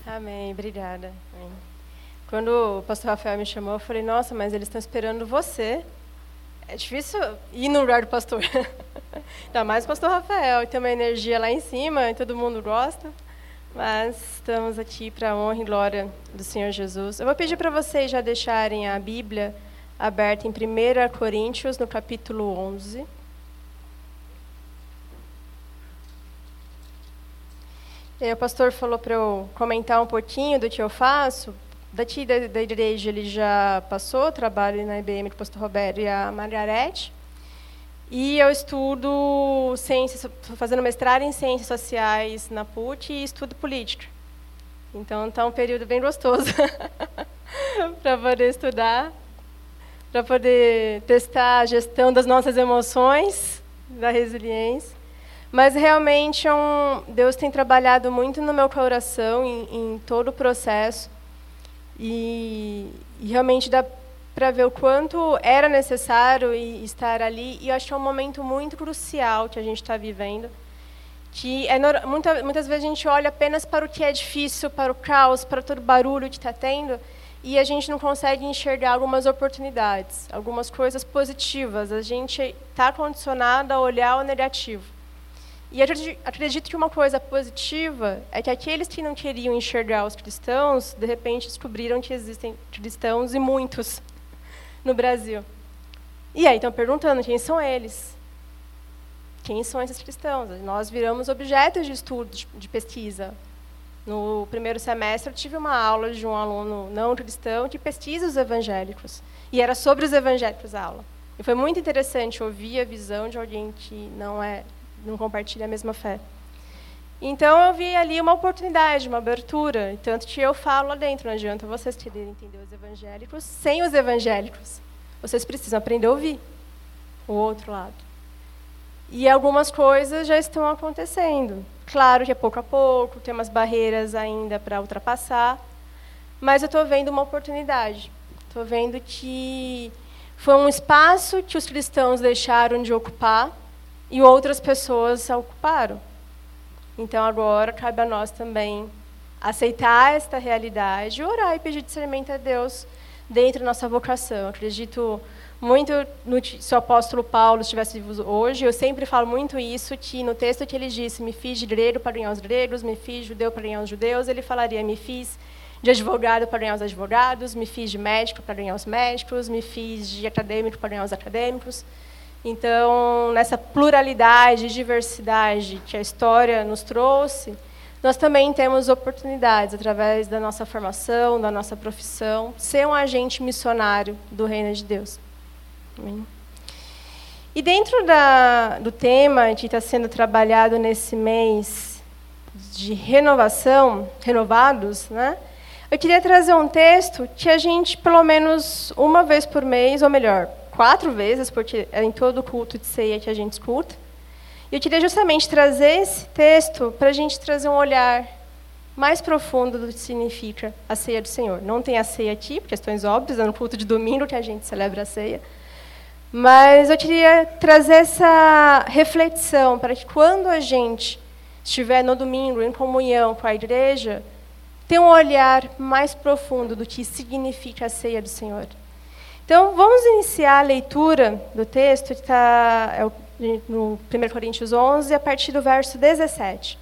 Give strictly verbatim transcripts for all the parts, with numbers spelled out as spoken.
Amém, obrigada. Amém. Quando o pastor Rafael me chamou, eu falei, nossa, mas eles estão esperando você. É difícil ir no lugar do pastor. Ainda mais o pastor Rafael, tem uma energia lá em cima e todo mundo gosta. Mas estamos aqui para a honra e glória do Senhor Jesus. Eu vou pedir para vocês já deixarem a Bíblia aberta em primeira Coríntios, no capítulo onze. E aí, o pastor falou para eu comentar um pouquinho do que eu faço. Daqui da, da igreja ele já passou, trabalho na I B M com o pastor Roberto e a Margarete. E eu estudo ciências, estou fazendo mestrado em ciências sociais na P U C e estudo política. Então está um período bem gostoso para poder estudar, para poder testar a gestão das nossas emoções, da resiliência. Mas realmente é um, Deus tem trabalhado muito no meu coração, em, em todo o processo. E, e realmente dá para ver o quanto era necessário estar ali. E eu acho que é um momento muito crucial que a gente está vivendo. Que é, muita, muitas vezes a gente olha apenas para o que é difícil, para o caos, para todo o barulho que está tendo, e a gente não consegue enxergar algumas oportunidades, algumas coisas positivas. A gente está condicionado a olhar o negativo. E acredito que uma coisa positiva é que aqueles que não queriam enxergar os cristãos, de repente descobriram que existem cristãos e muitos no Brasil. E aí estão perguntando quem são eles? Quem são esses cristãos? Nós viramos objetos de estudo, de, de pesquisa. No primeiro semestre eu tive uma aula de um aluno não cristão que pesquisa os evangélicos. E era sobre os evangélicos a aula. E foi muito interessante ouvir a visão de alguém que não é não compartilha a mesma fé. Então, eu vi ali uma oportunidade, uma abertura, tanto que eu falo lá dentro, não adianta vocês quererem entender os evangélicos sem os evangélicos. Vocês precisam aprender a ouvir o outro lado. E algumas coisas já estão acontecendo. Claro que é pouco a pouco, tem umas barreiras ainda para ultrapassar, mas eu estou vendo uma oportunidade. Estou vendo que foi um espaço que os cristãos deixaram de ocupar, e outras pessoas a ocuparam. Então, agora, cabe a nós também aceitar esta realidade, orar e pedir discernimento a Deus dentro da nossa vocação. Eu acredito muito, no, se o apóstolo Paulo estivesse vivo hoje, eu sempre falo muito isso, que no texto que ele disse, me fiz de grego para ganhar os gregos, me fiz judeu para ganhar os judeus, ele falaria, me fiz de advogado para ganhar os advogados, me fiz de médico para ganhar os médicos, me fiz de acadêmico para ganhar os acadêmicos. Então, nessa pluralidade e diversidade que a história nos trouxe, nós também temos oportunidades, através da nossa formação, da nossa profissão, ser um agente missionário do Reino de Deus. Amém? E dentro da, do tema que está sendo trabalhado nesse mês de renovação, renovados, né? Eu queria trazer um texto que a gente, pelo menos uma vez por mês, ou melhor, quatro vezes, porque é em todo o culto de ceia que a gente escuta. E eu queria justamente trazer esse texto para a gente trazer um olhar mais profundo do que significa a ceia do Senhor. Não tem a ceia aqui, por questões óbvias, é no culto de domingo que a gente celebra a ceia. Mas eu queria trazer essa reflexão para que quando a gente estiver no domingo em comunhão com a igreja, tenha um olhar mais profundo do que significa a ceia do Senhor. Então, vamos iniciar a leitura do texto, que está no primeira Coríntios onze, a partir do verso dezessete.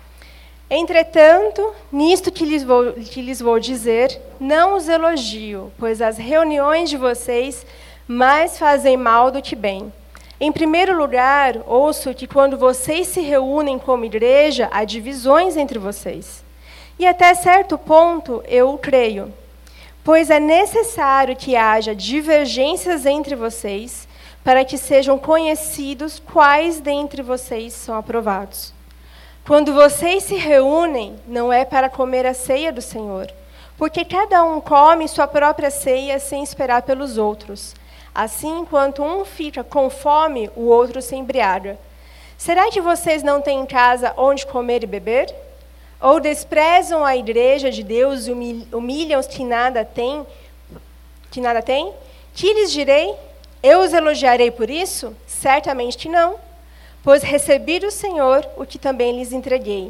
Entretanto, nisto que lhes, vou, que lhes vou dizer, não os elogio, pois as reuniões de vocês mais fazem mal do que bem. Em primeiro lugar, ouço que quando vocês se reúnem como igreja, há divisões entre vocês. E até certo ponto, eu o creio. Pois é necessário que haja divergências entre vocês, para que sejam conhecidos quais dentre vocês são aprovados. Quando vocês se reúnem, não é para comer a ceia do Senhor, porque cada um come sua própria ceia sem esperar pelos outros. Assim, enquanto um fica com fome, o outro se embriaga. Será que vocês não têm em casa onde comer e beber? Ou desprezam a igreja de Deus e humilham os que nada têm? Que nada têm? Que lhes direi? Eu os elogiarei por isso? Certamente que não. Pois recebi do Senhor o que também lhes entreguei,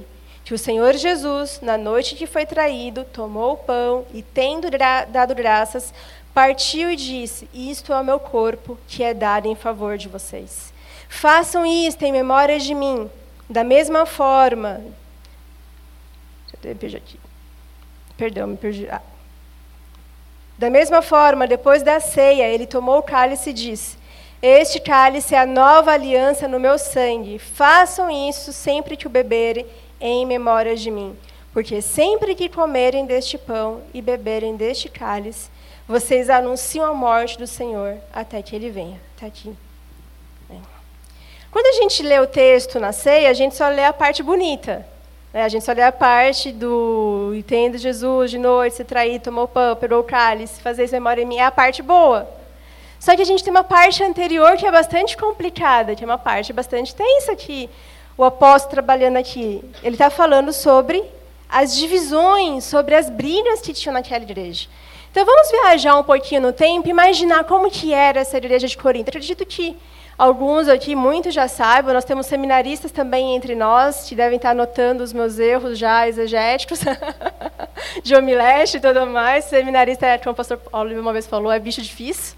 que o Senhor Jesus, na noite que foi traído, tomou o pão e, tendo dado graças, partiu e disse: isto é o meu corpo, que é dado em favor de vocês. Façam isto em memória de mim. Da mesma forma... Deixa eu perder aqui. Perdão, me perdi. Ah. Da mesma forma, depois da ceia, ele tomou o cálice e disse: este cálice é a nova aliança no meu sangue. Façam isso sempre que o beberem, em memória de mim. Porque sempre que comerem deste pão e beberem deste cálice, vocês anunciam a morte do Senhor até que ele venha. Está aqui. É. Quando a gente lê o texto na ceia, a gente só lê a parte bonita. Né? A gente só lê a parte do entendo Jesus de noite, se trair, tomou o pão, pegou o cálice, fazer isso em memória de mim. É a parte boa. Só que a gente tem uma parte anterior que é bastante complicada, que é uma parte bastante tensa que o apóstolo trabalhando aqui. Ele está falando sobre as divisões, sobre as brigas que tinham naquela igreja. Então vamos viajar um pouquinho no tempo e imaginar como que era essa igreja de Corinto. Eu acredito que alguns aqui, muitos já saibam, nós temos seminaristas também entre nós, que devem estar anotando os meus erros já exegéticos, de homileste e tudo mais. Seminarista, como o pastor Paulo uma vez falou, é bicho difícil.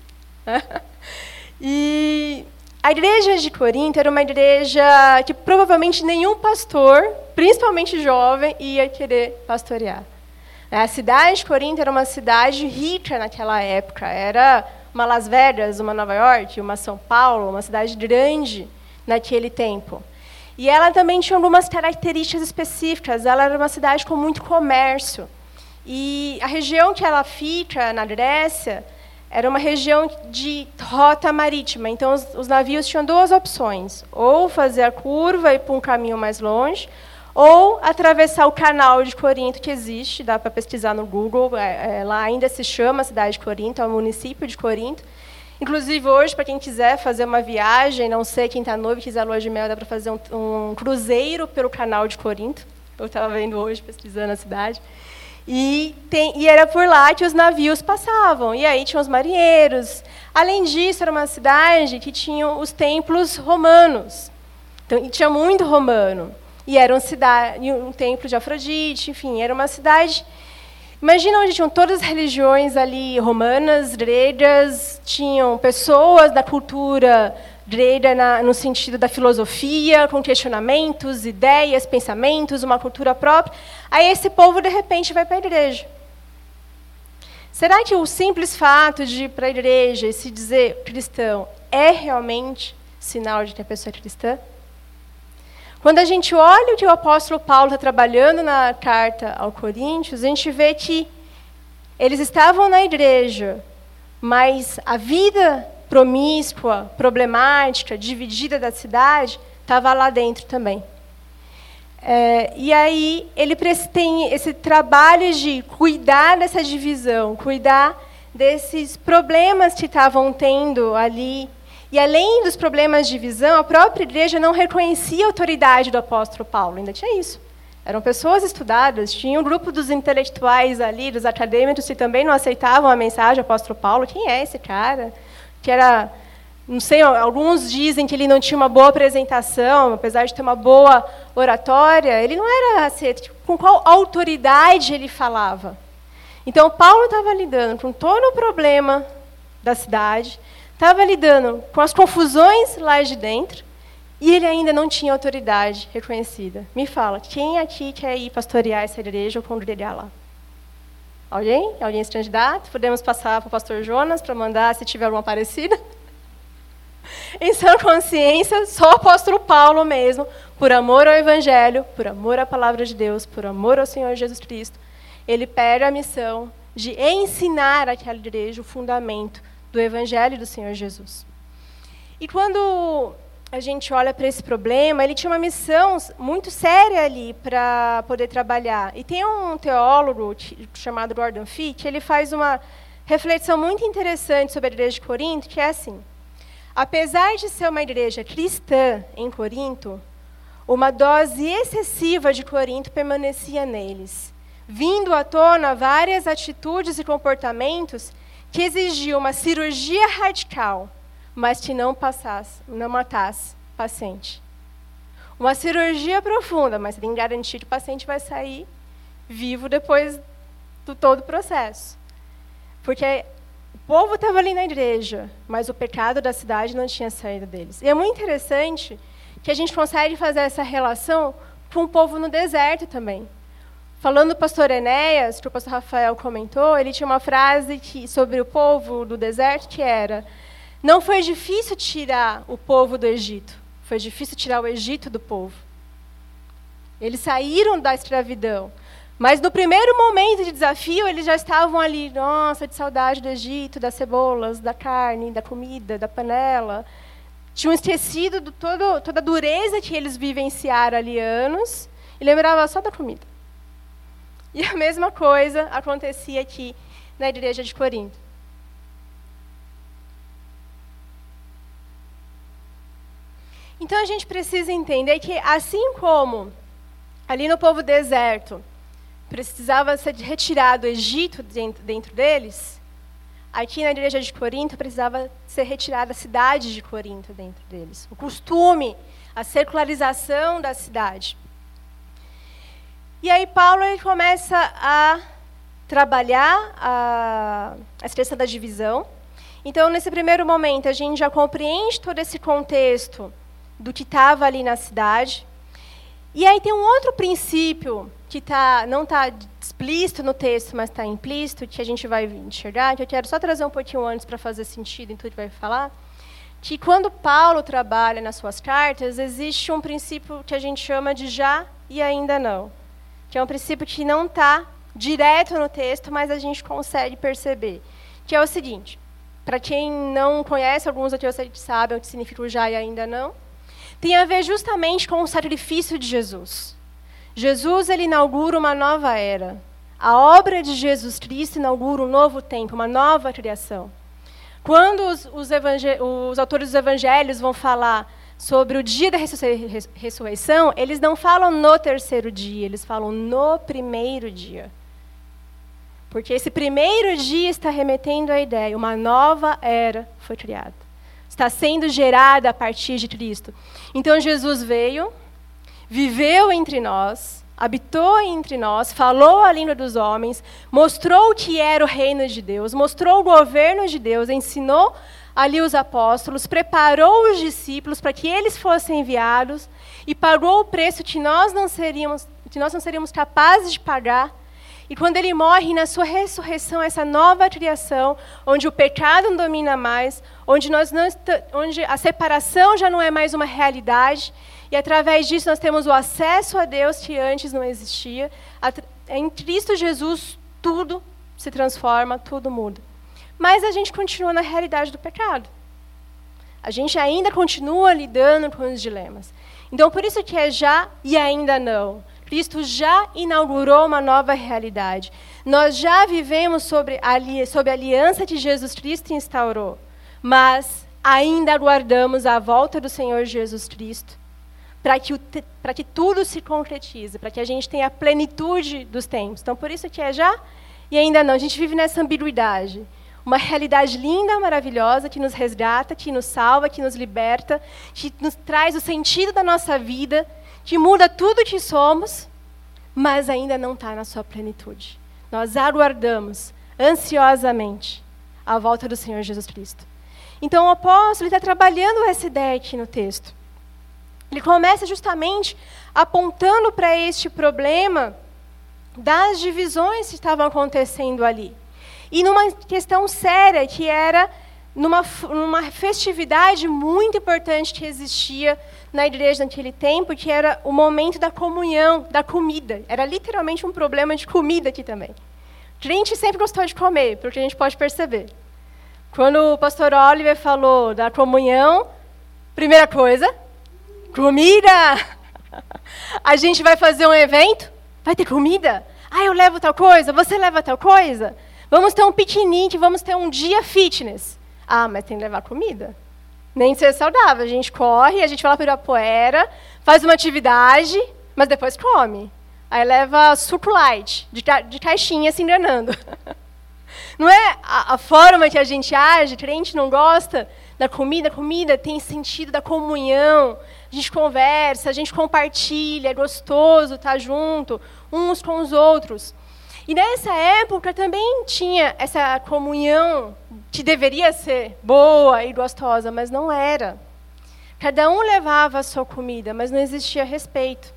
E a igreja de Corinto era uma igreja que provavelmente nenhum pastor, principalmente jovem, ia querer pastorear. A cidade de Corinto era uma cidade rica naquela época. Era uma Las Vegas, uma Nova York, uma São Paulo, uma cidade grande naquele tempo. E ela também tinha algumas características específicas. Ela era uma cidade com muito comércio. E a região que ela fica, na Grécia, era uma região de rota marítima, então os, os navios tinham duas opções, ou fazer a curva e ir para um caminho mais longe, ou atravessar o canal de Corinto, que existe, dá para pesquisar no Google, é, é, lá ainda se chama a cidade de Corinto, é o município de Corinto. Inclusive, hoje, para quem quiser fazer uma viagem, não sei quem está noivo, quiser lua de mel, dá para fazer um, um cruzeiro pelo canal de Corinto, eu estava vendo hoje, pesquisando a cidade. E, tem, e era por lá que os navios passavam. E aí tinham os marinheiros. Além disso, era uma cidade que tinha os templos romanos. Então, e tinha muito romano. E era um, cidade, um templo de Afrodite, enfim, era uma cidade... Imagina onde tinham todas as religiões ali romanas, gregas, tinham pessoas da cultura grega na, no sentido da filosofia, com questionamentos, ideias, pensamentos, uma cultura própria. Aí esse povo, de repente, vai para a igreja. Será que o simples fato de ir para a igreja e se dizer cristão é realmente sinal de que a pessoa é cristã? Quando a gente olha o que o apóstolo Paulo está trabalhando na carta aos Coríntios, a gente vê que eles estavam na igreja, mas a vida promíscua, problemática, dividida da cidade, estava lá dentro também. É, e aí ele tem esse trabalho de cuidar dessa divisão, cuidar desses problemas que estavam tendo ali. E além dos problemas de divisão, a própria igreja não reconhecia a autoridade do apóstolo Paulo, ainda tinha isso. Eram pessoas estudadas, tinha um grupo dos intelectuais ali, dos acadêmicos, que também não aceitavam a mensagem do apóstolo Paulo. Quem é esse cara? Que era, não sei, alguns dizem que ele não tinha uma boa apresentação, apesar de ter uma boa oratória, ele não era aceito. Com qual autoridade ele falava? Então, Paulo estava lidando com todo o problema da cidade, estava lidando com as confusões lá de dentro, e ele ainda não tinha autoridade reconhecida. Me fala, quem aqui quer ir pastorear essa igreja ou congregar lá? Alguém? Alguém esse candidato? Podemos passar para o pastor Jonas para mandar, se tiver alguma parecida? Em sã consciência, só o apóstolo Paulo mesmo, por amor ao Evangelho, por amor à palavra de Deus, por amor ao Senhor Jesus Cristo, ele pega a missão de ensinar àquela igreja o fundamento do Evangelho do Senhor Jesus. E quando a gente olha para esse problema, ele tinha uma missão muito séria ali para poder trabalhar. E tem um teólogo chamado Gordon Fee, que ele faz uma reflexão muito interessante sobre a igreja de Corinto, que é assim: apesar de ser uma igreja cristã em Corinto, uma dose excessiva de Corinto permanecia neles, vindo à tona várias atitudes e comportamentos que exigiam uma cirurgia radical, mas que não passasse, não matasse o paciente. Uma cirurgia profunda, mas você tem que garantir que o paciente vai sair vivo depois do todo o processo. Porque o povo estava ali na igreja, mas o pecado da cidade não tinha saído deles. E é muito interessante que a gente consegue fazer essa relação com o povo no deserto também. Falando do pastor Enéas, que o pastor Rafael comentou, ele tinha uma frase que, sobre o povo do deserto que era: não foi difícil tirar o povo do Egito, foi difícil tirar o Egito do povo. Eles saíram da escravidão, mas no primeiro momento de desafio, eles já estavam ali, nossa, de saudade do Egito, das cebolas, da carne, da comida, da panela. Tinham esquecido de todo, toda a dureza que eles vivenciaram ali anos e lembravam só da comida. E a mesma coisa acontecia aqui na igreja de Corinto. Então a gente precisa entender que, assim como ali no povo deserto precisava ser retirado o Egito dentro, dentro deles, aqui na igreja de Corinto precisava ser retirada a cidade de Corinto dentro deles. O costume, a secularização da cidade. E aí Paulo ele começa a trabalhar a, a questão da divisão. Então, nesse primeiro momento, a gente já compreende todo esse contexto do que estava ali na cidade. E aí tem um outro princípio que tá, não está explícito no texto, mas está implícito, que a gente vai enxergar, que eu quero só trazer um pouquinho antes para fazer sentido em tudo que vai falar, que quando Paulo trabalha nas suas cartas, existe um princípio que a gente chama de já e ainda não, que é um princípio que não está direto no texto, mas a gente consegue perceber, que é o seguinte: para quem não conhece, alguns aqui eu sei que sabem o que significa o já e ainda não, tem a ver justamente com o sacrifício de Jesus. Jesus ele inaugura uma nova era. A obra de Jesus Cristo inaugura um novo tempo, uma nova criação. Quando os, os, os autores dos evangelhos vão falar sobre o dia da ressurreição, eles não falam no terceiro dia, eles falam no primeiro dia. Porque esse primeiro dia está remetendo à ideia, uma nova era foi criada. Está sendo gerada a partir de Cristo. Então Jesus veio, viveu entre nós, habitou entre nós, falou a língua dos homens, mostrou o que era o reino de Deus, mostrou o governo de Deus, ensinou ali os apóstolos, preparou os discípulos para que eles fossem enviados e pagou o preço que nós não seríamos, que nós não seríamos capazes de pagar. E quando ele morre, na sua ressurreição, essa nova criação, onde o pecado não domina mais, onde, nós não, onde a separação já não é mais uma realidade, e através disso nós temos o acesso a Deus que antes não existia. Em Cristo Jesus, tudo se transforma, tudo muda. Mas a gente continua na realidade do pecado. A gente ainda continua lidando com os dilemas. Então, por isso que é já e ainda não. Cristo já inaugurou uma nova realidade. Nós já vivemos sobre a, sobre a aliança que Jesus Cristo instaurou, mas ainda aguardamos a volta do Senhor Jesus Cristo para que, para que tudo se concretize, para que a gente tenha a plenitude dos tempos. Então, por isso que é já e ainda não. A gente vive nessa ambiguidade. Uma realidade linda, maravilhosa, que nos resgata, que nos salva, que nos liberta, que nos traz o sentido da nossa vida, que muda tudo o que somos, mas ainda não está na sua plenitude. Nós aguardamos ansiosamente a volta do Senhor Jesus Cristo. Então o apóstolo está trabalhando essa ideia aqui no texto. Ele começa justamente apontando para este problema das divisões que estavam acontecendo ali. E numa questão séria, que era numa, numa festividade muito importante que existia na igreja naquele tempo, que era o momento da comunhão, da comida. Era literalmente um problema de comida aqui também. A gente sempre gostou de comer, porque a gente pode perceber. Quando o pastor Oliver falou da comunhão, primeira coisa, comida! A gente vai fazer um evento, vai ter comida? Ah, eu levo tal coisa, você leva tal coisa? Vamos ter um piquenique, vamos ter um dia fitness. Ah, mas tem que levar comida. Nem ser saudável. A gente corre, a gente vai lá para o Ibirapuera, faz uma atividade, mas depois come. Aí leva suco light, de, ca de caixinha, se enganando. Não é a, a forma que a gente age, que a gente não gosta da comida. A comida tem sentido da comunhão. a gente conversa, a gente compartilha, é gostoso estar junto, uns com os outros. E nessa época também tinha essa comunhão que deveria ser boa e gostosa, mas não era. Cada um levava a sua comida, mas não existia respeito.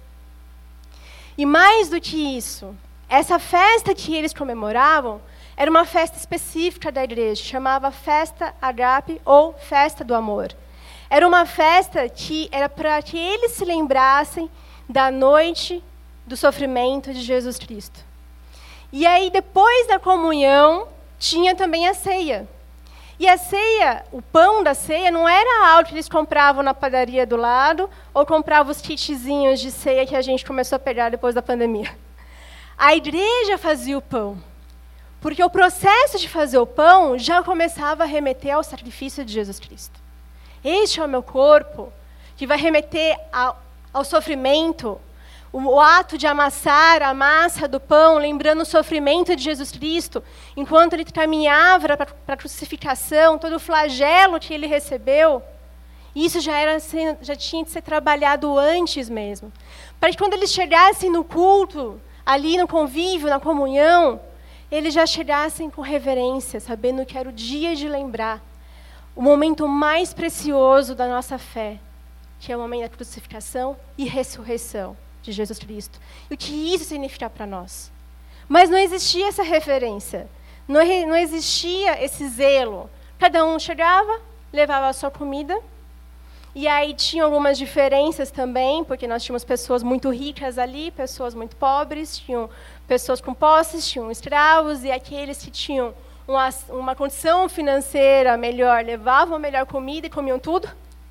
E mais do que isso, essa festa que eles comemoravam era uma festa específica da igreja, chamava Festa Agape ou Festa do Amor. Era uma festa que era para que eles se lembrassem da noite do sofrimento de Jesus Cristo. E aí, depois da comunhão, tinha também a ceia. E a ceia, o pão da ceia, não era algo que eles compravam na padaria do lado ou compravam os kitzinhos de ceia que a gente começou a pegar depois da pandemia. A igreja fazia o pão. Porque o processo de fazer o pão já começava a remeter ao sacrifício de Jesus Cristo. Este é o meu corpo, que vai remeter ao, ao sofrimento, o, o ato de amassar a massa do pão, lembrando o sofrimento de Jesus Cristo, enquanto ele caminhava para a crucificação, todo o flagelo que ele recebeu. Isso já, era, já tinha de ser trabalhado antes mesmo. Para que quando eles chegassem no culto, ali no convívio, na comunhão, eles já chegassem com reverência, sabendo que era o dia de lembrar o momento mais precioso da nossa fé, que é o momento da crucificação e ressurreição de Jesus Cristo. E o que isso significa para nós. Mas não existia essa referência, não, não existia esse zelo. Cada um chegava, levava a sua comida, e aí tinha algumas diferenças também, porque nós tínhamos pessoas muito ricas ali, pessoas muito pobres, tinham pessoas com posses, tinham escravos, e aqueles que tinham uma, uma condição financeira melhor levavam a melhor comida e comiam tudo.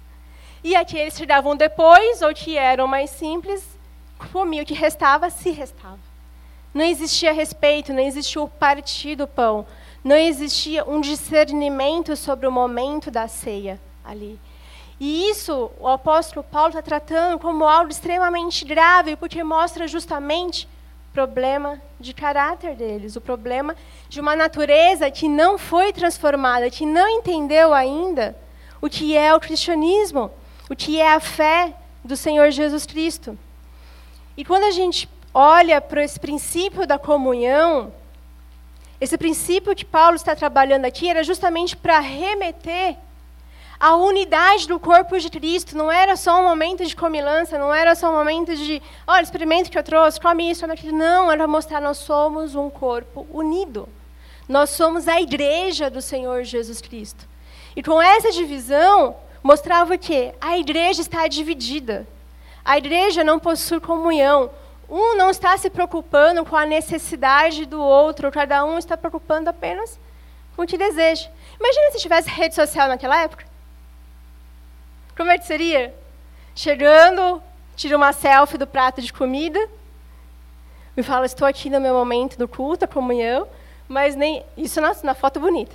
E aqueles que chegavam depois, ou que eram mais simples, comiam o que restava, se restava. Não existia respeito, não existia o partir do pão, não existia um discernimento sobre o momento da ceia ali. E isso o apóstolo Paulo está tratando como algo extremamente grave, porque mostra justamente o problema de caráter deles, o problema de uma natureza que não foi transformada, que não entendeu ainda o que é o cristianismo, o que é a fé do Senhor Jesus Cristo. E quando a gente olha para esse princípio da comunhão, esse princípio que Paulo está trabalhando aqui era justamente para remeter a unidade do corpo de Cristo. Não era só um momento de comilança, não era só um momento de, olha, experimento que eu trouxe, come isso, come aquilo. Não, era mostrar, nós somos um corpo unido. Nós somos a igreja do Senhor Jesus Cristo. E com essa divisão, mostrava que a igreja está dividida. A igreja não possui comunhão. Um não está se preocupando com a necessidade do outro, cada um está preocupando apenas com o que deseja. Imagina se tivesse rede social naquela época. Como é que seria? Chegando, tira uma selfie do prato de comida, me fala, estou aqui no meu momento do culto, a comunhão, mas nem isso na, na foto bonita.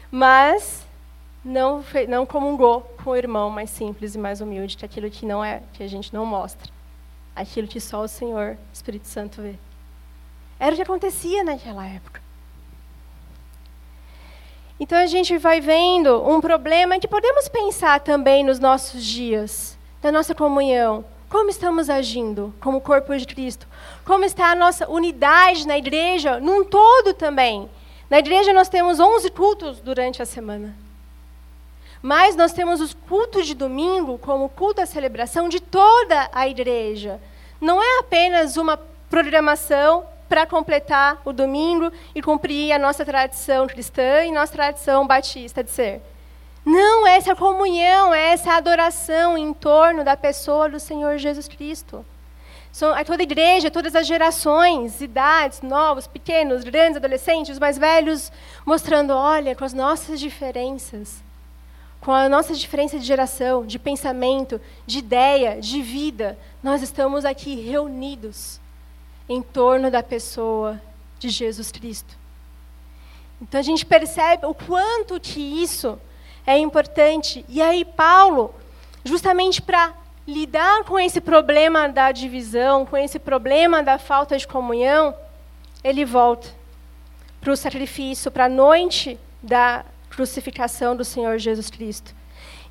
Mas não, não comungou com o irmão mais simples e mais humilde, que é aquilo que, não é, que a gente não mostra. Aquilo que só o Senhor, o Espírito Santo, vê. Era o que acontecia naquela época. Então, a gente vai vendo um problema que podemos pensar também nos nossos dias, da nossa comunhão. Como estamos agindo como corpo de Cristo? Como está a nossa unidade na igreja, num todo também? Na igreja nós temos onze cultos durante a semana. Mas nós temos os cultos de domingo como culto da celebração de toda a igreja. Não é apenas uma programação para completar o domingo e cumprir a nossa tradição cristã e nossa tradição batista de ser. Não, essa comunhão, essa adoração em torno da pessoa do Senhor Jesus Cristo. São a toda a igreja, todas as gerações, idades, novos, pequenos, grandes, adolescentes, os mais velhos, mostrando, olha, com as nossas diferenças, com a nossa diferença de geração, de pensamento, de ideia, de vida, nós estamos aqui reunidos em torno da pessoa de Jesus Cristo. Então a gente percebe o quanto que isso é importante. E aí Paulo, justamente para lidar com esse problema da divisão, com esse problema da falta de comunhão, ele volta para o sacrifício, para a noite da crucificação do Senhor Jesus Cristo.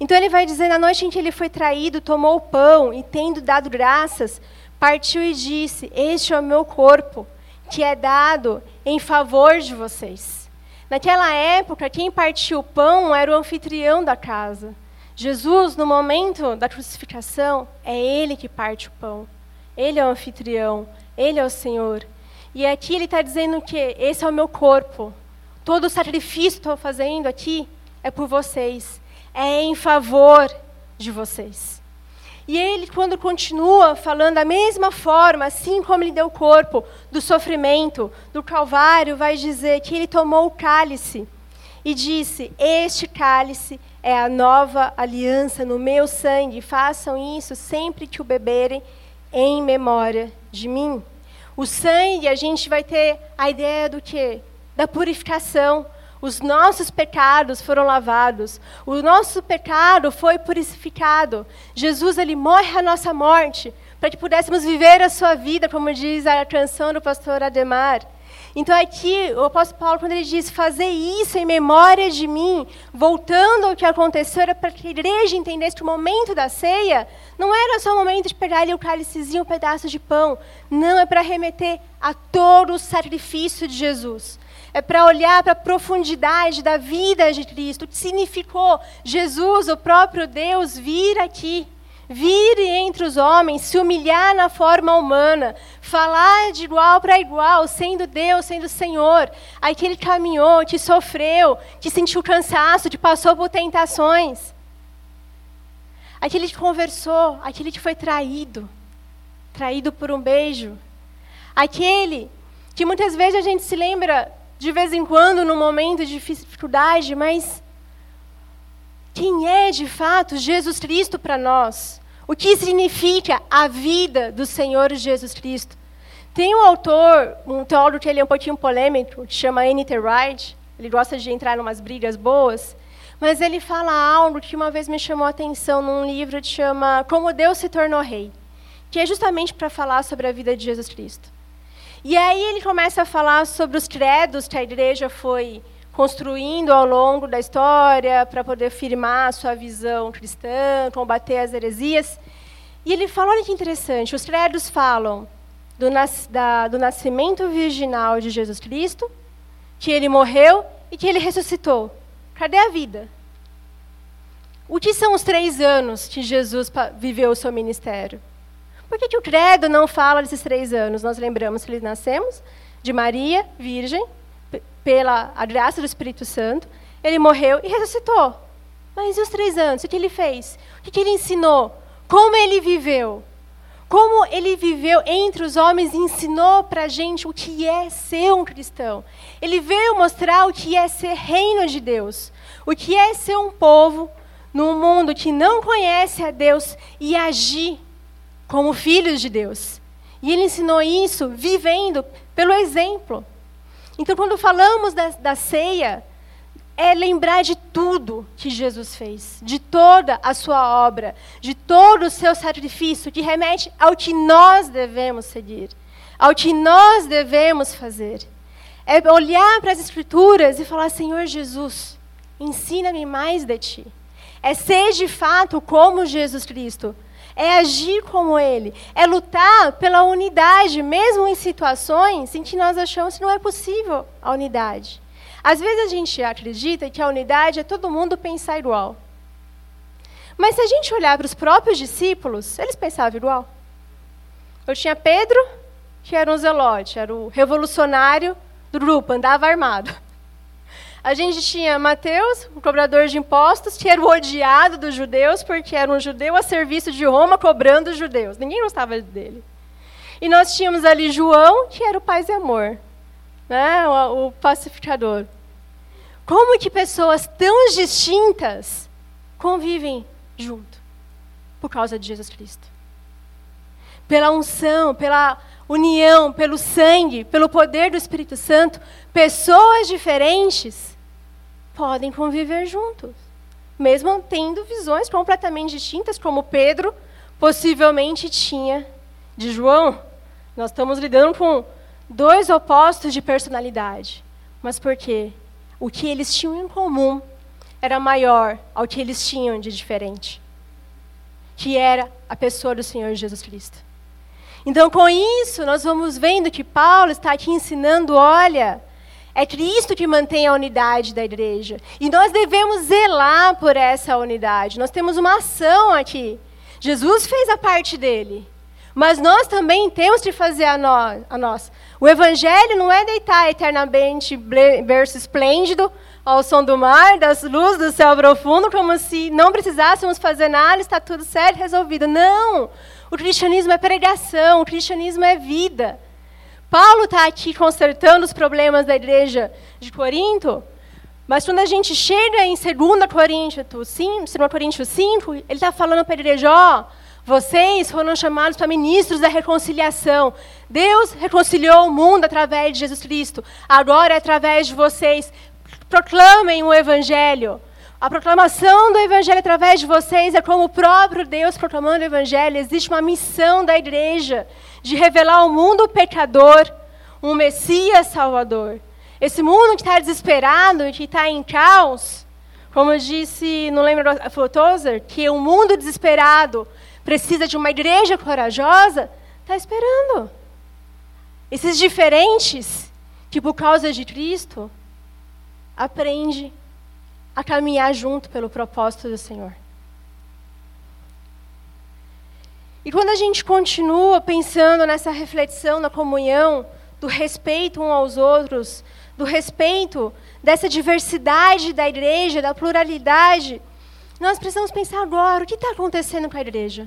Então ele vai dizer, na noite em que ele foi traído, tomou o pão e, tendo dado graças, partiu e disse, este é o meu corpo, que é dado em favor de vocês. Naquela época, quem partiu o pão era o anfitrião da casa. Jesus, no momento da crucificação, é ele que parte o pão. Ele é o anfitrião, ele é o Senhor. E aqui ele está dizendo que esse é o meu corpo. Todo o sacrifício que estou fazendo aqui é por vocês. É em favor de vocês. E ele, quando continua falando da mesma forma, assim como ele deu o corpo do sofrimento, do Calvário, vai dizer que ele tomou o cálice e disse, este cálice é a nova aliança no meu sangue. Façam isso sempre que o beberem em memória de mim. O sangue, a gente vai ter a ideia do quê? Da purificação. Os nossos pecados foram lavados. O nosso pecado foi purificado. Jesus, ele morre a nossa morte para que pudéssemos viver a sua vida, como diz a canção do pastor Ademar. Então aqui, o apóstolo Paulo, quando ele diz, fazer isso em memória de mim, voltando ao que aconteceu, era para que a igreja entendesse que o momento da ceia não era só o momento de pegar ali o cálicezinho, um pedaço de pão. Não, é para remeter a todo o sacrifício de Jesus. É para olhar para a profundidade da vida de Cristo. O que significou Jesus, o próprio Deus, vir aqui, vir entre os homens, se humilhar na forma humana, falar de igual para igual, sendo Deus, sendo Senhor. Aquele que caminhou, que sofreu, que sentiu cansaço, que passou por tentações. Aquele que conversou, aquele que foi traído, traído por um beijo. Aquele que muitas vezes a gente se lembra de vez em quando, num momento de dificuldade, mas quem é de fato Jesus Cristo para nós? O que significa a vida do Senhor Jesus Cristo? Tem um autor, um teólogo que ele é um pouquinho polêmico, que chama N T Wright, ele gosta de entrar em umas brigas boas, mas ele fala algo que uma vez me chamou a atenção num livro que chama Como Deus se Tornou Rei, que é justamente para falar sobre a vida de Jesus Cristo. E aí ele começa a falar sobre os credos que a igreja foi construindo ao longo da história para poder firmar a sua visão cristã, combater as heresias. E ele fala, olha que interessante, os credos falam do, nas, da, do nascimento virginal de Jesus Cristo, que ele morreu e que ele ressuscitou. Cadê a vida? O que são os três anos que Jesus viveu o seu ministério? Por que, que o credo não fala desses três anos? Nós lembramos que nascemos de Maria, virgem, p- pela a graça do Espírito Santo, ele morreu e ressuscitou. Mas e os três anos? O que ele fez? O que, que ele ensinou? Como ele viveu? Como ele viveu entre os homens e ensinou para a gente o que é ser um cristão? Ele veio mostrar o que é ser reino de Deus, o que é ser um povo num mundo que não conhece a Deus e agir como filhos de Deus. E ele ensinou isso vivendo pelo exemplo. Então, quando falamos da, da ceia, é lembrar de tudo que Jesus fez, de toda a sua obra, de todo o seu sacrifício, que remete ao que nós devemos seguir, ao que nós devemos fazer. É olhar para as Escrituras e falar, Senhor Jesus, ensina-me mais de Ti. É ser de fato como Jesus Cristo. É agir como Ele, é lutar pela unidade, mesmo em situações em que nós achamos que não é possível a unidade. Às vezes a gente acredita que a unidade é todo mundo pensar igual. Mas se a gente olhar para os próprios discípulos, eles pensavam igual. Eu tinha Pedro, que era um zelote, era o revolucionário do grupo, andava armado. A gente tinha Mateus, um cobrador de impostos, que era o odiado dos judeus, porque era um judeu a serviço de Roma, cobrando os judeus. Ninguém gostava dele. E nós tínhamos ali João, que era o paz e amor, né? o, o pacificador. Como que pessoas tão distintas convivem junto? Por causa de Jesus Cristo. Pela unção, pela união, pelo sangue, pelo poder do Espírito Santo, pessoas diferentes podem conviver juntos, mesmo tendo visões completamente distintas, como Pedro possivelmente tinha de João. Nós estamos lidando com dois opostos de personalidade. Mas por quê? O que eles tinham em comum era maior ao que eles tinham de diferente, que era a pessoa do Senhor Jesus Cristo. Então, com isso, nós vamos vendo que Paulo está aqui ensinando, olha, é Cristo que mantém a unidade da igreja. E nós devemos zelar por essa unidade. Nós temos uma ação aqui. Jesus fez a parte dele. Mas nós também temos que fazer a, no, a nossa. O evangelho não é deitar eternamente berço esplêndido ao som do mar, das luzes do céu profundo, como se não precisássemos fazer nada, está tudo certo, resolvido. Não! O cristianismo é pregação, o cristianismo é vida. Paulo está aqui consertando os problemas da igreja de Corinto, mas quando a gente chega em dois Coríntios cinco, ele está falando para a igreja, ó, vocês foram chamados para ministros da reconciliação. Deus reconciliou o mundo através de Jesus Cristo. Agora é através de vocês. Proclamem o evangelho. A proclamação do evangelho através de vocês é como o próprio Deus proclamando o evangelho. Existe uma missão da igreja de revelar ao mundo pecador um Messias Salvador. Esse mundo que está desesperado e que está em caos, como disse, não lembro, foi o Tozer, que o mundo desesperado precisa de uma igreja corajosa, está esperando. Esses diferentes, que por causa de Cristo, aprende a caminhar junto pelo propósito do Senhor. E quando a gente continua pensando nessa reflexão, na comunhão, do respeito uns aos outros, do respeito dessa diversidade da igreja, da pluralidade, nós precisamos pensar agora, o que está acontecendo com a igreja?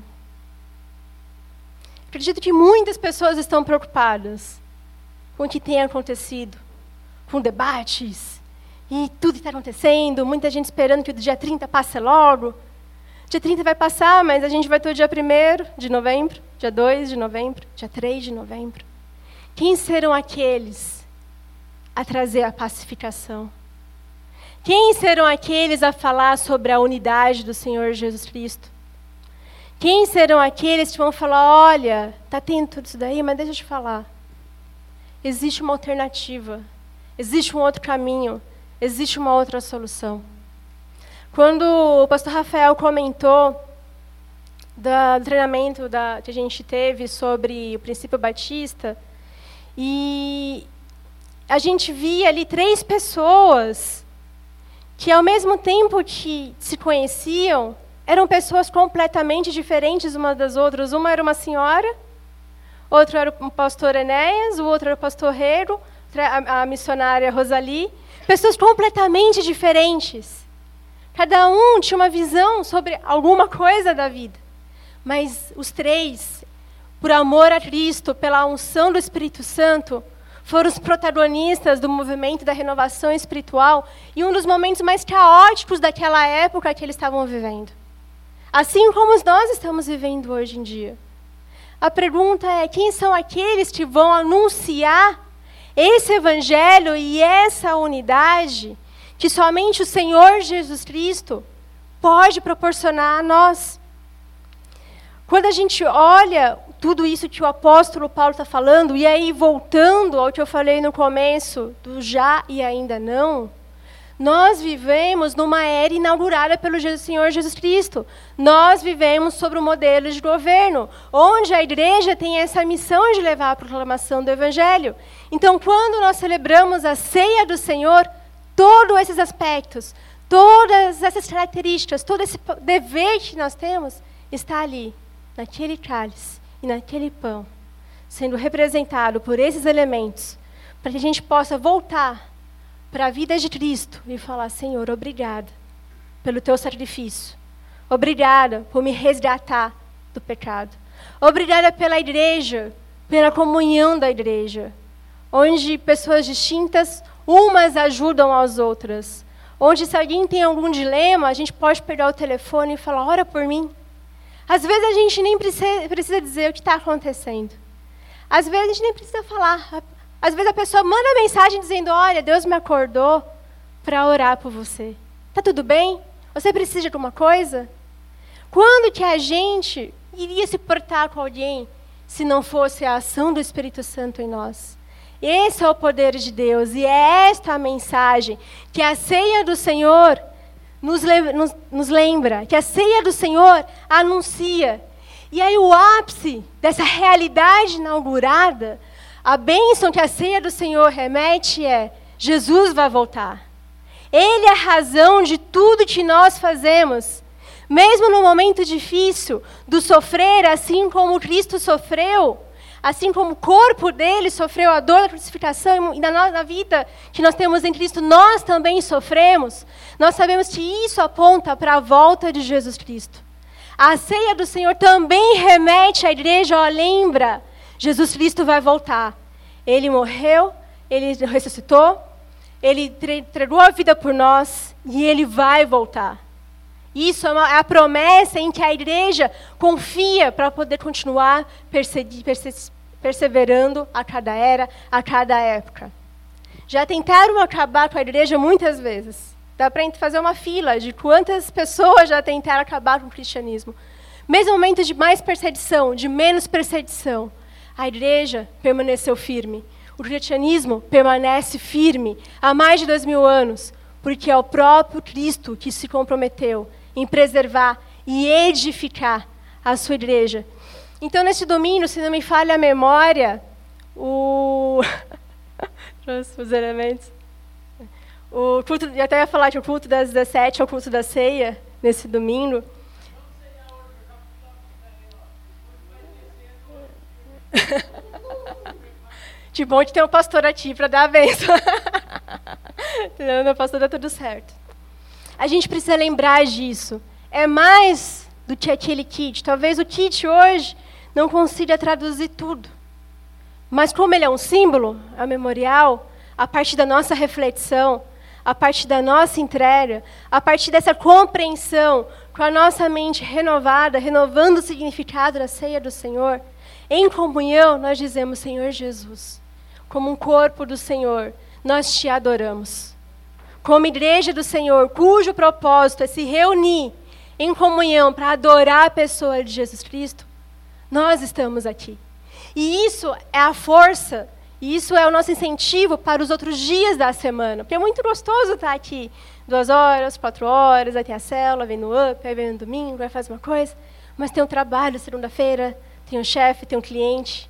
Acredito que muitas pessoas estão preocupadas com o que tem acontecido, com debates, e tudo que está acontecendo, muita gente esperando que o dia trinta passe logo. Dia trinta vai passar, mas a gente vai ter o dia primeiro de novembro, dia dois de novembro, dia três de novembro. Quem serão aqueles a trazer a pacificação? Quem serão aqueles a falar sobre a unidade do Senhor Jesus Cristo? Quem serão aqueles que vão falar, olha, está tendo tudo isso daí, mas deixa eu te falar. Existe uma alternativa, existe um outro caminho, existe uma outra solução. Quando o pastor Rafael comentou da, do treinamento da, que a gente teve sobre o princípio batista, e a gente via ali três pessoas que, ao mesmo tempo que se conheciam, eram pessoas completamente diferentes umas das outras. Uma era uma senhora, outro era o pastor Enéas, o outro era o pastor Rego, a, a missionária Rosali. Pessoas completamente diferentes. Cada um tinha uma visão sobre alguma coisa da vida. Mas os três, por amor a Cristo, pela unção do Espírito Santo, foram os protagonistas do movimento da renovação espiritual e um dos momentos mais caóticos daquela época que eles estavam vivendo. Assim como nós estamos vivendo hoje em dia. A pergunta é, quem são aqueles que vão anunciar esse evangelho e essa unidade que somente o Senhor Jesus Cristo pode proporcionar a nós? Quando a gente olha tudo isso que o apóstolo Paulo está falando, e aí voltando ao que eu falei no começo, do já e ainda não, nós vivemos numa era inaugurada pelo Senhor Jesus Cristo. Nós vivemos sobre um modelo de governo, onde a igreja tem essa missão de levar a proclamação do Evangelho. Então, quando nós celebramos a ceia do Senhor, todos esses aspectos, todas essas características, todo esse dever que nós temos, está ali, naquele cálice e naquele pão, sendo representado por esses elementos, para que a gente possa voltar para a vida de Cristo e falar, Senhor, obrigada pelo teu sacrifício. Obrigada por me resgatar do pecado. Obrigada pela igreja, pela comunhão da igreja, onde pessoas distintas, umas ajudam as outras. Onde se alguém tem algum dilema, a gente pode pegar o telefone e falar, ora por mim. Às vezes a gente nem precisa, precisa dizer o que está acontecendo. Às vezes a gente nem precisa falar. Às vezes a pessoa manda mensagem dizendo, olha, Deus me acordou para orar por você. Está tudo bem? Você precisa de alguma coisa? Quando que a gente iria se portar com alguém se não fosse a ação do Espírito Santo em nós? Esse é o poder de Deus e é esta a mensagem que a ceia do Senhor nos, nos, nos lembra, que a ceia do Senhor anuncia. E aí o ápice dessa realidade inaugurada, a bênção que a ceia do Senhor remete é: Jesus vai voltar. Ele é a razão de tudo que nós fazemos. Mesmo no momento difícil do sofrer, assim como Cristo sofreu, assim como o corpo dele sofreu a dor da crucificação, e na nossa vida que nós temos em Cristo, nós também sofremos. Nós sabemos que isso aponta para a volta de Jesus Cristo. A ceia do Senhor também remete à igreja, ó, lembra, Jesus Cristo vai voltar. Ele morreu, ele ressuscitou, ele entregou a vida por nós e ele vai voltar. Isso é, uma, é a promessa em que a igreja confia para poder continuar perse- perse- perseverando a cada era, a cada época. Já tentaram acabar com a igreja muitas vezes. Dá para fazer uma fila de quantas pessoas já tentaram acabar com o cristianismo. Mesmo no momento de mais perseguição, de menos perseguição, a igreja permaneceu firme. O cristianismo permanece firme há mais de dois mil anos, porque é o próprio Cristo que se comprometeu em preservar e edificar a sua igreja. Então, nesse domingo, se não me falha a memória, o... os elementos... O culto, eu até ia falar que o culto das dezessete é o culto da ceia, nesse domingo. Que bom que tem um pastor aqui para dar a bênção. Não, o pastor dá tudo certo. A gente precisa lembrar disso. É mais do que aquele kit. Talvez o kit hoje não consiga traduzir tudo. Mas como ele é um símbolo, é um memorial, a partir da nossa reflexão, a partir da nossa entrega, a partir dessa compreensão, com a nossa mente renovada, renovando o significado da ceia do Senhor, em comunhão, nós dizemos: Senhor Jesus, como um corpo do Senhor, nós te adoramos. Como igreja do Senhor, cujo propósito é se reunir em comunhão para adorar a pessoa de Jesus Cristo, nós estamos aqui. E isso é a força, e isso é o nosso incentivo para os outros dias da semana. Porque é muito gostoso estar aqui duas horas, quatro horas, aí tem a célula, vem no up, aí vem no domingo, vai fazer uma coisa. Mas tem um trabalho segunda-feira, tem um chefe, tem um cliente,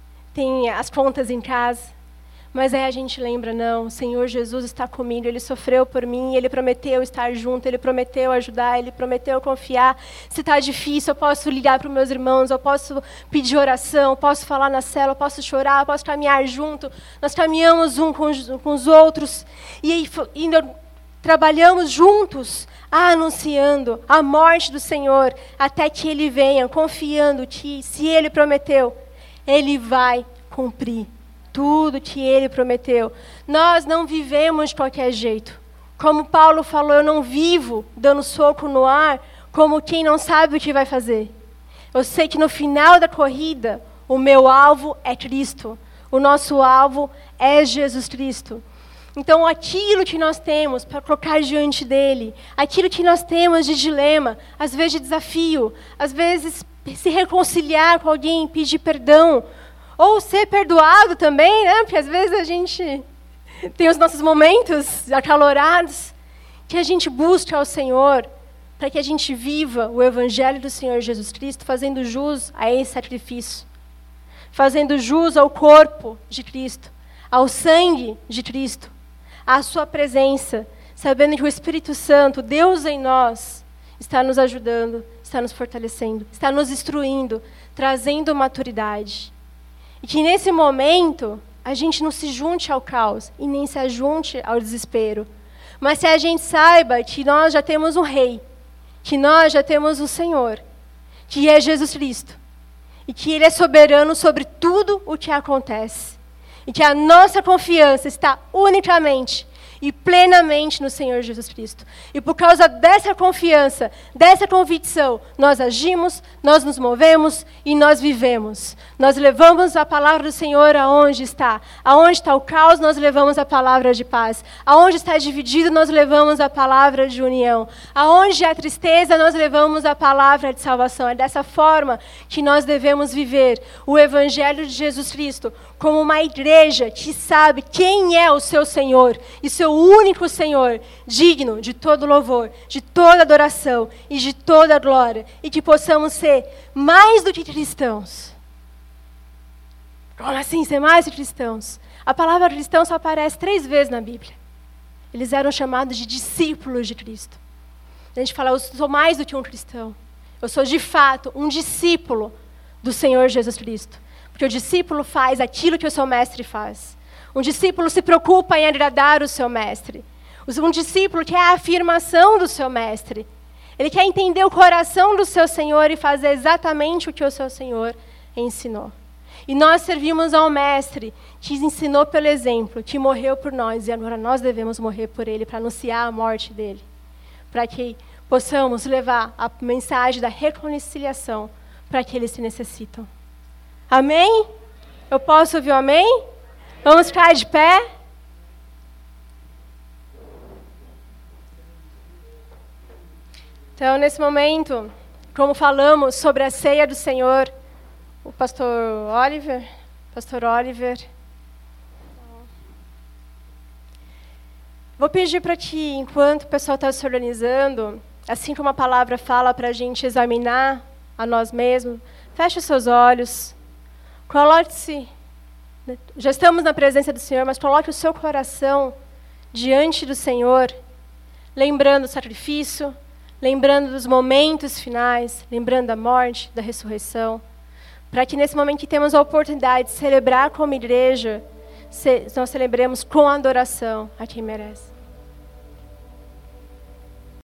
tem as contas em casa. Mas aí a gente lembra, não, o Senhor Jesus está comigo, Ele sofreu por mim, Ele prometeu estar junto, Ele prometeu ajudar, Ele prometeu confiar. Se está difícil, eu posso ligar para os meus irmãos, eu posso pedir oração, eu posso falar na cela, eu posso chorar, eu posso caminhar junto. Nós caminhamos um com os, com os outros e, e, e trabalhamos juntos, anunciando a morte do Senhor até que Ele venha, confiando que, se Ele prometeu, Ele vai cumprir tudo que Ele prometeu. Nós não vivemos de qualquer jeito. Como Paulo falou, eu não vivo dando soco no ar como quem não sabe o que vai fazer. Eu sei que no final da corrida, o meu alvo é Cristo. O nosso alvo é Jesus Cristo. Então, aquilo que nós temos para colocar diante dEle, aquilo que nós temos de dilema, às vezes de desafio, às vezes se reconciliar com alguém, pedir perdão, ou ser perdoado também, né? Porque às vezes a gente tem os nossos momentos acalorados, que a gente busca ao Senhor, para que a gente viva o Evangelho do Senhor Jesus Cristo, fazendo jus a esse sacrifício, fazendo jus ao corpo de Cristo, ao sangue de Cristo, à sua presença, sabendo que o Espírito Santo, Deus em nós, está nos ajudando, está nos fortalecendo, está nos instruindo, trazendo maturidade. E que nesse momento, a gente não se junte ao caos e nem se ajunte ao desespero. Mas se a gente saiba que nós já temos um rei, que nós já temos o Senhor, que é Jesus Cristo, e que Ele é soberano sobre tudo o que acontece. E que a nossa confiança está unicamente e plenamente no Senhor Jesus Cristo. E por causa dessa confiança, dessa convicção, nós agimos, nós nos movemos e nós vivemos. Nós levamos a palavra do Senhor aonde está. Aonde está o caos, nós levamos a palavra de paz. Aonde está dividido, nós levamos a palavra de união. Aonde há tristeza, nós levamos a palavra de salvação. É dessa forma que nós devemos viver o Evangelho de Jesus Cristo como uma igreja que sabe quem é o seu Senhor e seu único Senhor, digno de todo louvor, de toda adoração e de toda glória, e que possamos ser mais do que cristãos. Como assim ser mais do que cristãos? A palavra cristão só aparece três vezes na Bíblia. Eles eram chamados de discípulos de Cristo. A gente fala, eu sou mais do que um cristão. Eu sou, de fato, um discípulo do Senhor Jesus Cristo. Porque o discípulo faz aquilo que o seu mestre faz. Um discípulo se preocupa em agradar o seu mestre. Um discípulo quer a afirmação do seu mestre. Ele quer entender o coração do seu Senhor e fazer exatamente o que o seu Senhor ensinou. E nós servimos ao mestre que ensinou pelo exemplo, que morreu por nós, e agora nós devemos morrer por ele para anunciar a morte dele. Para que possamos levar a mensagem da reconciliação para aqueles que necessitam. Amém? Eu posso ouvir um amém? Vamos ficar de pé? Então, nesse momento, como falamos sobre a ceia do Senhor, o pastor Oliver, pastor Oliver, vou pedir para que, enquanto o pessoal está se organizando, assim como a palavra fala para a gente examinar a nós mesmos, feche os seus olhos, coloque-se, já estamos na presença do Senhor, mas coloque o seu coração diante do Senhor, lembrando o sacrifício, lembrando dos momentos finais, lembrando da morte, da ressurreição, para que nesse momento que temos a oportunidade de celebrar como igreja, nós celebremos com adoração a quem merece.